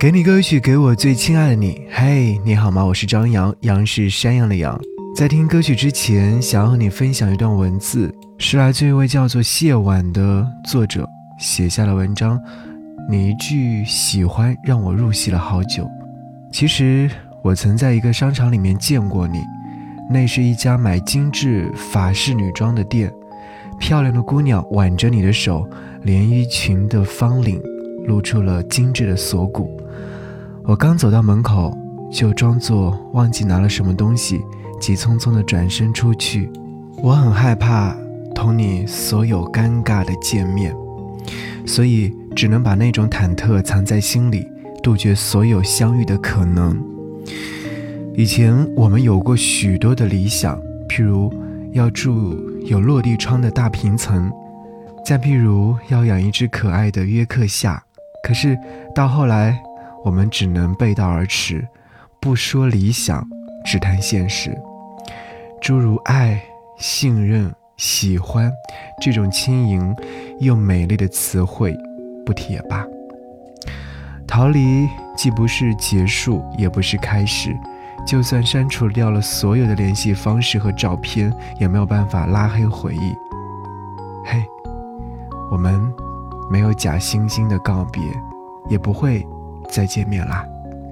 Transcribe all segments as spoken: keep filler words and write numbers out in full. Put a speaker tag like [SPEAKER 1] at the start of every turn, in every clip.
[SPEAKER 1] 给你歌曲，给我最亲爱的你。嘿、hey, 你好吗？我是张扬，杨是山羊的羊。在听歌曲之前，想要和你分享一段文字，是来自一位叫做谢婉的作者写下的文章。你一句喜欢让我入戏了好久。其实我曾在一个商场里面见过你，那是一家买精致法式女装的店，漂亮的姑娘挽着你的手，连衣裙的方领露出了精致的锁骨。我刚走到门口，就装作忘记拿了什么东西，急匆匆地转身出去。我很害怕同你所有尴尬的见面，所以只能把那种忐忑藏在心里，杜绝所有相遇的可能。以前我们有过许多的理想，譬如要住有落地窗的大平层，再譬如要养一只可爱的约克夏。可是到后来，我们只能背道而驰，不说理想，只谈现实。诸如爱、信任、喜欢这种轻盈又美丽的词汇，不提也罢。逃离既不是结束，也不是开始，就算删除掉了所有的联系方式和照片，也没有办法拉黑回忆。嘿，我们没有假惺惺的告别，也不会再见面啦。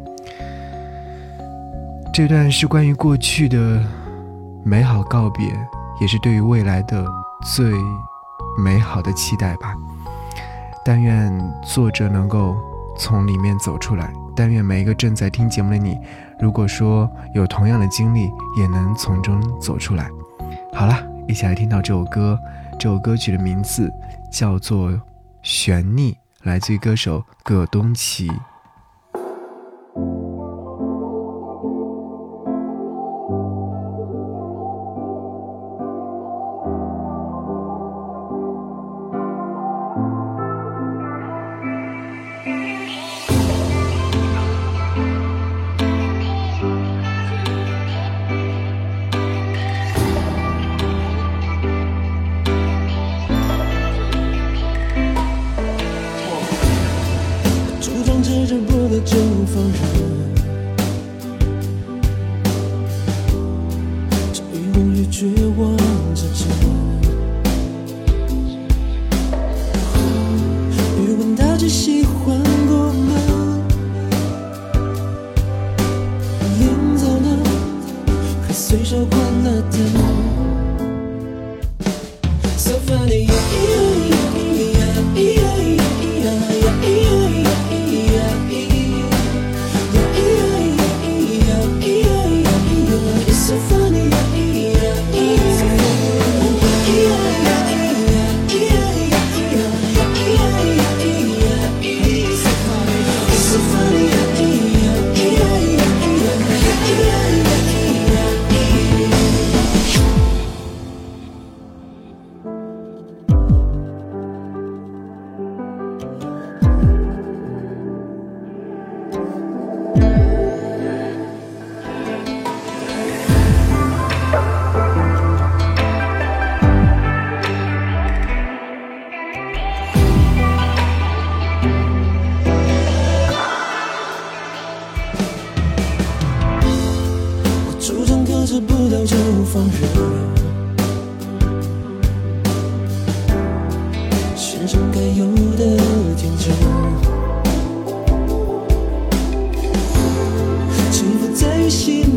[SPEAKER 1] 这段是关于过去的美好告别，也是对于未来的最美好的期待吧。但愿作者能够从里面走出来，但愿每一个正在听节目的你，如果说有同样的经历，也能从中走出来。好了，一起来听到这首歌。这首歌曲的名字叫做《悬溺》，来自于歌手葛东奇。
[SPEAKER 2] 止不了就放任，这欲望与绝望之间，余温到底喜欢过吗？临走了，还随手关了灯。So funny, yeah, yeah, yeah, yeah, yeah, yeah, yeah.克制不了就放任，身上该有的天真，起伏在于心